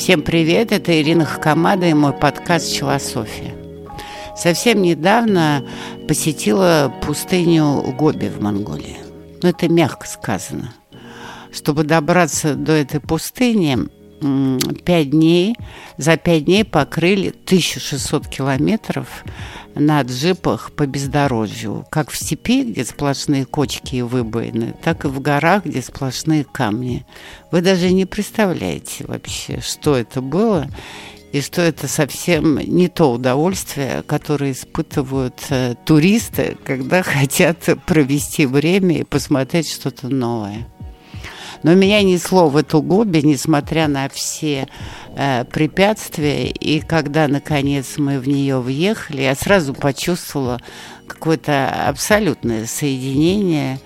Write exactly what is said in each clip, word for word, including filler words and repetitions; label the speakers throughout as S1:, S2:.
S1: Всем привет, это Ирина Хакамада и мой подкаст «Челософия». Совсем недавно посетила пустыню Гоби в Монголии. Ну, это мягко сказано. Чтобы добраться до этой пустыни, пять дней, за пять дней покрыли тысячу шестьсот километров на джипах по бездорожью. Как в степи, где сплошные кочки и выбоины, так и в горах, где сплошные камни. Вы даже не представляете вообще, что это было, и что это совсем не то удовольствие, которое испытывают э, туристы, когда хотят провести время и посмотреть что-то новое. Но меня несло в эту Гоби, несмотря на все э, препятствия. И когда, наконец, мы в нее въехали, я сразу почувствовала какое-то абсолютное соединение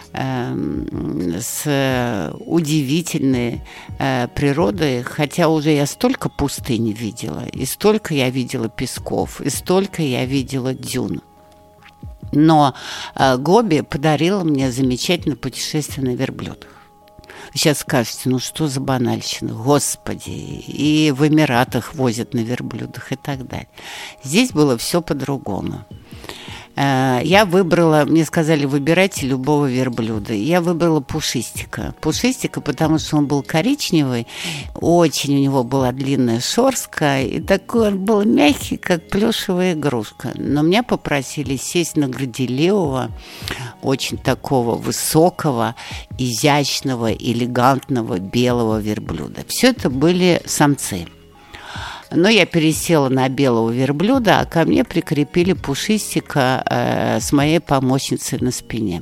S1: э, с удивительной э, природой. Хотя уже я столько пустынь видела, и столько я видела песков, и столько я видела дюн. Но э, Гоби подарила мне замечательное путешествие на верблюдах. Вы сейчас скажете, ну что за банальщина, господи, и в Эмиратах возят на верблюдах и так далее. Здесь было все по-другому. Я выбрала, мне сказали, выбирайте любого верблюда. Я выбрала Пушистика. Пушистика, потому что он был коричневый, очень у него была длинная шерстка, и такой он был мягкий, как плюшевая игрушка. Но меня попросили сесть на горделивого, очень такого высокого, изящного, элегантного белого верблюда. Все это были самцы. Но я пересела на белого верблюда, а ко мне прикрепили Пушистика э, с моей помощницей на спине.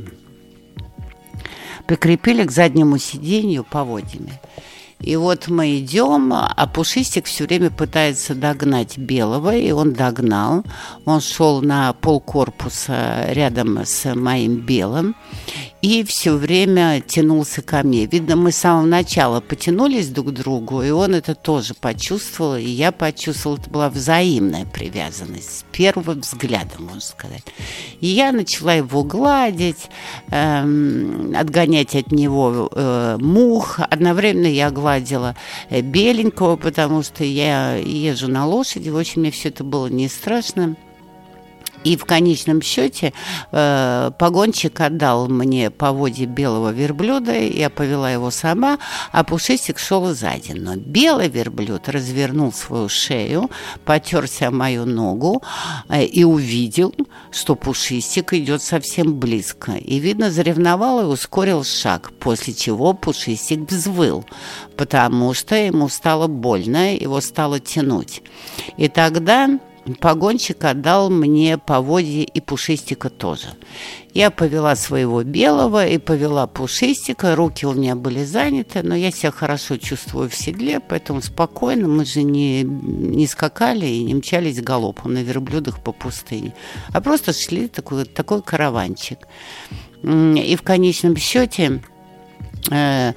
S1: Прикрепили к заднему сиденью поводьями. И вот мы идем, а Пушистик все время пытается догнать белого, и он догнал. Он шел на полкорпуса рядом с моим белым и все время тянулся ко мне. Видно, мы с самого начала потянулись друг к другу, и он это тоже почувствовал, и я почувствовала, это была взаимная привязанность, с первого взгляда, можно сказать. И я начала его гладить, эм, отгонять от него э, мух. Одновременно я гладила беленького, потому что я езжу на лошади, в общем, мне все это было не страшно. И в конечном счете э, погонщик отдал мне поводья белого верблюда, я повела его сама, а Пушистик шел сзади. Но белый верблюд развернул свою шею, потерся о мою ногу э, и увидел, что Пушистик идет совсем близко. И, видно, заревновал и ускорил шаг, после чего Пушистик взвыл, потому что ему стало больно, его стало тянуть. И тогда погонщик отдал мне поводья и Пушистика тоже. Я повела своего белого и повела Пушистика. Руки у меня были заняты, но я себя хорошо чувствую в седле, поэтому спокойно. Мы же не, не скакали и не мчались галопом на верблюдах по пустыне, а просто шли такой, такой караванчик. И в конечном счете мы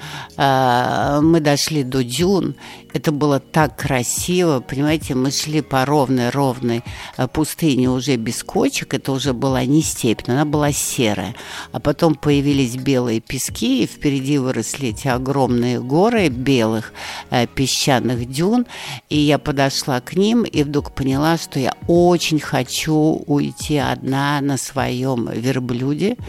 S1: дошли до дюн. Это было так красиво, понимаете, мы шли по ровной-ровной пустыне уже без кочек, это уже была не степь, но она была серая. А потом появились белые пески, и впереди выросли эти огромные горы белых песчаных дюн, и я подошла к ним и вдруг поняла, что я очень хочу уйти одна на своем верблюде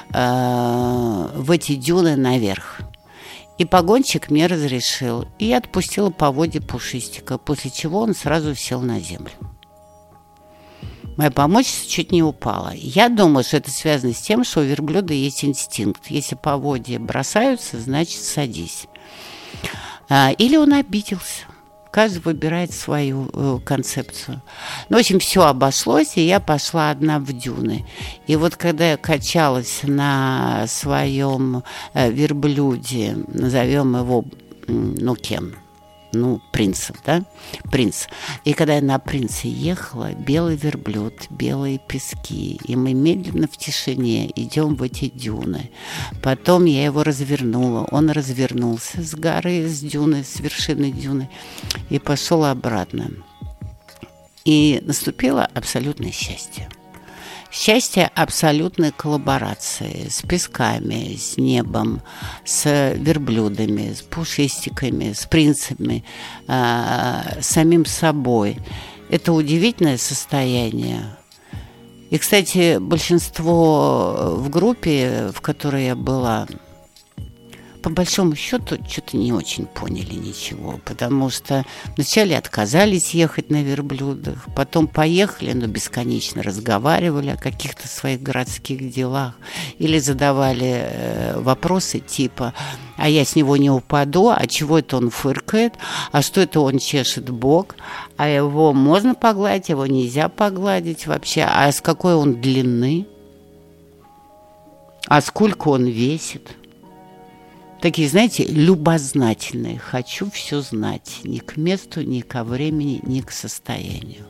S1: в эти дюны наверх. И погонщик мне разрешил. И я отпустила поводья Пушистика, после чего он сразу сел на землю. Моя помощница чуть не упала. Я думаю, что это связано с тем, что у верблюда есть инстинкт. Если поводья бросаются, значит садись. Или он обиделся. Каждый выбирает свою э, концепцию. Ну, в общем, все обошлось, и я пошла одна в дюны. И вот когда я качалась на своем э, верблюде, назовем его, ну, кем? Ну, принцем, да? Принц. И когда я на принце ехала, белый верблюд, белые пески, и мы медленно в тишине идем в эти дюны. Потом я его развернула, он развернулся с горы, с дюны, с вершины дюны, и пошел обратно. И наступило абсолютное счастье. Счастье абсолютной коллаборации с песками, с небом, с верблюдами, с пушистиками, с принцами, э, с самим собой. Это удивительное состояние. И, кстати, большинство в группе, в которой я была, по большому счету, что-то не очень поняли ничего, потому что вначале отказались ехать на верблюдах, потом поехали, но бесконечно разговаривали о каких-то своих городских делах или задавали э, вопросы типа: а я с него не упаду, а чего это он фыркает, а что это он чешет бок, а его можно погладить, его нельзя погладить вообще, а с какой он длины, а сколько он весит. Такие, знаете, любознательные. Хочу все знать. Ни к месту, ни ко времени, ни к состоянию.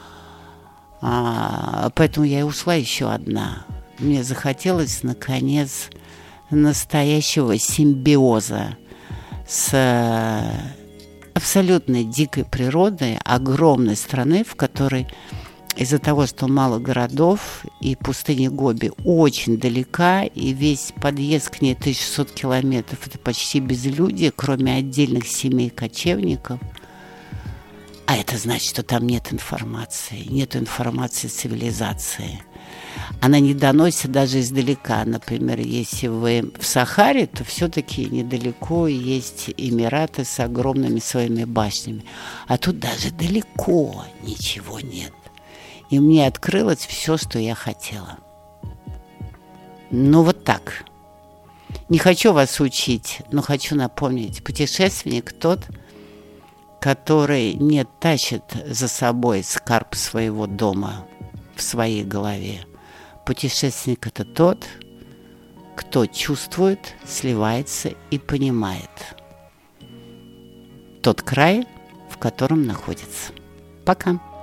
S1: А, поэтому я и ушла еще одна. Мне захотелось, наконец, настоящего симбиоза с абсолютно дикой природой, огромной страны, в которой из-за того, что мало городов, и пустыня Гоби очень далека, и весь подъезд к ней тысяча шестьсот километров, это почти безлюдие, кроме отдельных семей кочевников. А это значит, что там нет информации, нет информации цивилизации. Она не доносится даже издалека. Например, если вы в Сахаре, то все-таки недалеко есть Эмираты с огромными своими башнями. А тут даже далеко ничего нет. И мне открылось все, что я хотела. Ну, вот так. Не хочу вас учить, но хочу напомнить. Путешественник тот, который не тащит за собой скарб своего дома в своей голове. Путешественник – это тот, кто чувствует, сливается и понимает тот край, в котором находится. Пока.